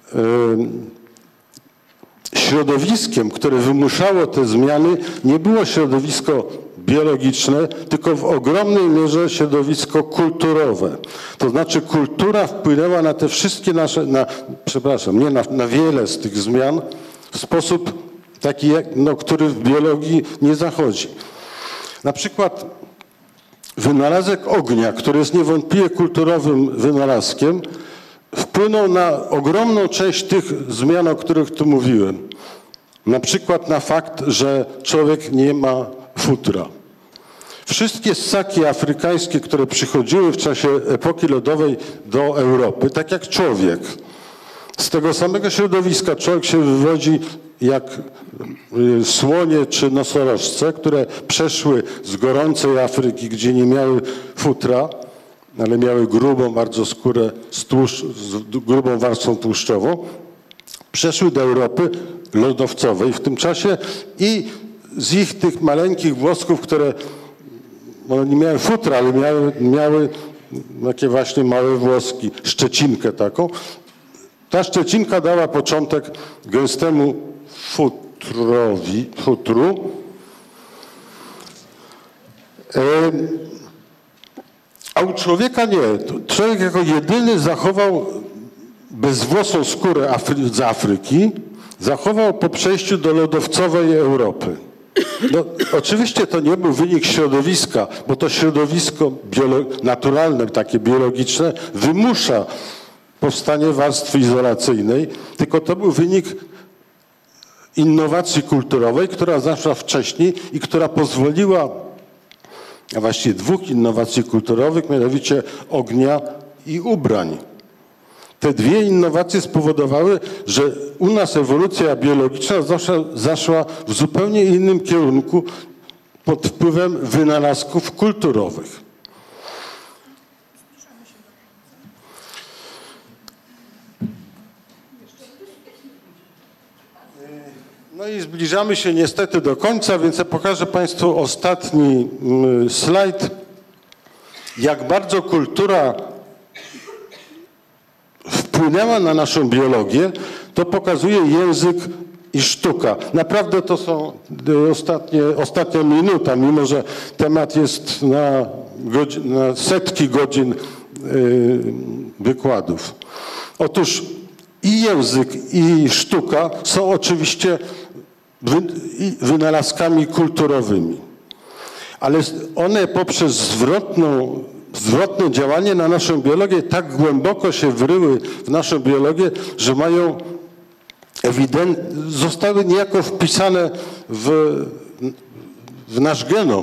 środowiskiem, które wymuszało te zmiany, nie było środowisko biologiczne, tylko w ogromnej mierze środowisko kulturowe. To znaczy kultura wpłynęła na te wszystkie nasze, na wiele z tych zmian w sposób taki, który w biologii nie zachodzi. Na przykład wynalazek ognia, który jest niewątpliwie kulturowym wynalazkiem, wpłynął na ogromną część tych zmian, o których tu mówiłem. Na przykład na fakt, że człowiek nie ma futra. Wszystkie ssaki afrykańskie, które przychodziły w czasie epoki lodowej do Europy, tak jak człowiek, z tego samego środowiska człowiek się wywodzi jak słonie czy nosorożce, które przeszły z gorącej Afryki, gdzie nie miały futra, ale miały grubą bardzo skórę z grubą warstwą tłuszczową, przeszły do Europy lodowcowej w tym czasie i z ich tych maleńkich włosków, które nie miały futra, ale miały takie właśnie małe włoski, szczecinkę taką. Ta szczecinka dała początek gęstemu futru. A u człowieka nie. Człowiek jako jedyny zachował bezwłosą skórę z Afryki, zachował po przejściu do lodowcowej Europy. No, oczywiście to nie był wynik środowiska, bo to środowisko naturalne, takie biologiczne, wymusza powstanie warstwy izolacyjnej, tylko to był wynik innowacji kulturowej, która zaszła wcześniej i która pozwoliła, a właściwie dwóch innowacji kulturowych, mianowicie ognia i ubrań. Te dwie innowacje spowodowały, że u nas ewolucja biologiczna zaszła w zupełnie innym kierunku pod wpływem wynalazków kulturowych. No i zbliżamy się niestety do końca, więc ja pokażę Państwu ostatni slajd. Jak bardzo kultura wpłynęła na naszą biologię, to pokazuje język i sztuka. Naprawdę to są ostatnia minuta, mimo że temat jest na setki godzin wykładów. Otóż i język, i sztuka są oczywiście wynalazkami kulturowymi, ale one poprzez zwrotne działanie na naszą biologię tak głęboko się wryły w naszą biologię, że zostały niejako wpisane w nasz genom.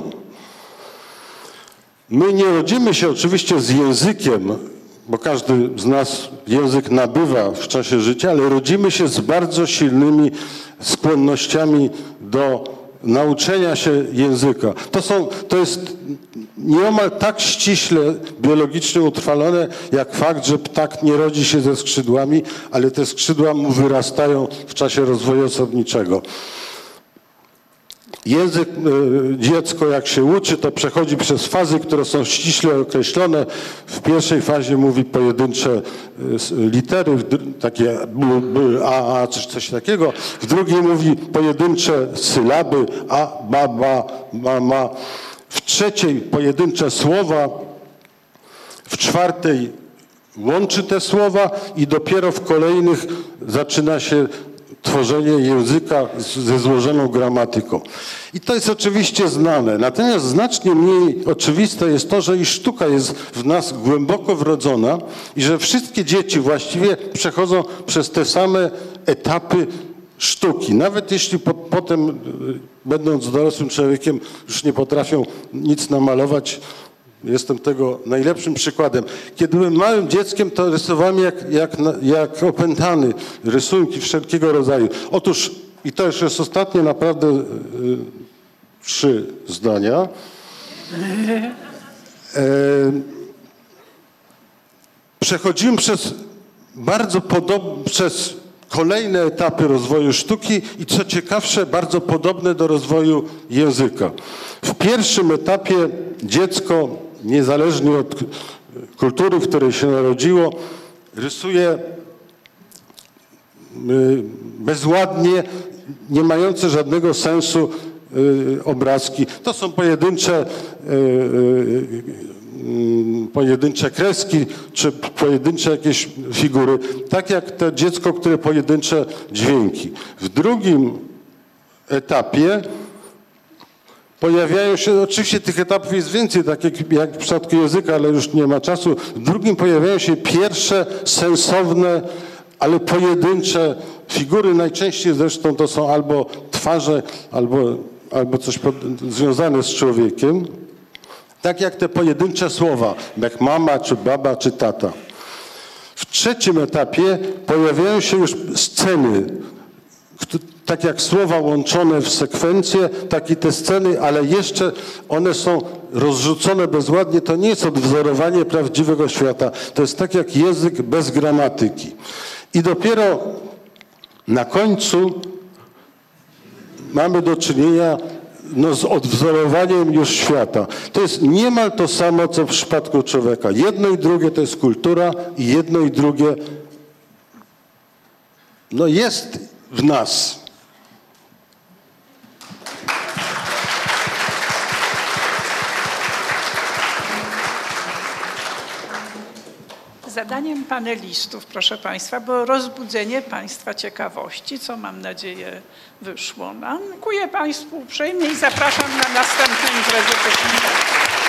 My nie rodzimy się oczywiście z językiem, bo każdy z nas język nabywa w czasie życia, ale rodzimy się z bardzo silnymi skłonnościami do nauczenia się języka. To jest nieomal tak ściśle biologicznie utrwalone, jak fakt, że ptak nie rodzi się ze skrzydłami, ale te skrzydła mu wyrastają w czasie rozwoju osobniczego. Język, dziecko jak się uczy, to przechodzi przez fazy, które są ściśle określone. W pierwszej fazie mówi pojedyncze litery, takie a, coś takiego. W drugiej mówi pojedyncze sylaby, a, ba, ba, ma. W trzeciej pojedyncze słowa. W czwartej łączy te słowa i dopiero w kolejnych zaczyna się tworzenie języka ze złożoną gramatyką. I to jest oczywiście znane. Natomiast znacznie mniej oczywiste jest to, że i sztuka jest w nas głęboko wrodzona i że wszystkie dzieci właściwie przechodzą przez te same etapy sztuki. Nawet jeśli potem, będąc dorosłym człowiekiem, już nie potrafią nic namalować. Jestem tego najlepszym przykładem. Kiedy byłem małym dzieckiem, to rysowałem jak opętany rysunki wszelkiego rodzaju. Otóż, i to już jest ostatnie naprawdę 3 zdania. Przechodziłem przez kolejne etapy rozwoju sztuki i co ciekawsze, bardzo podobne do rozwoju języka. W pierwszym etapie dziecko, niezależnie od kultury, w której się narodziło, rysuje bezładnie, nie mające żadnego sensu obrazki. To są pojedyncze kreski, czy pojedyncze jakieś figury, tak jak to dziecko, które pojedyncze dźwięki. W drugim etapie pojawiają się, oczywiście tych etapów jest więcej, tak jak w przypadku języka, ale już nie ma czasu. W drugim pojawiają się pierwsze sensowne, ale pojedyncze figury. Najczęściej zresztą to są albo twarze, albo coś związane z człowiekiem. Tak jak te pojedyncze słowa, jak mama, czy baba, czy tata. W trzecim etapie pojawiają się już sceny, tak jak słowa łączone w sekwencję, tak i te sceny, ale jeszcze one są rozrzucone bezładnie. To nie jest odwzorowanie prawdziwego świata. To jest tak jak język bez gramatyki. I dopiero na końcu mamy do czynienia z odwzorowaniem już świata. To jest niemal to samo, co w przypadku człowieka. Jedno i drugie to jest kultura i jedno i drugie jest w nas. Zadaniem panelistów, proszę Państwa, było rozbudzenie Państwa ciekawości, co mam nadzieję wyszło nam. Dziękuję Państwu uprzejmie i zapraszam na następne imprezy techniczne.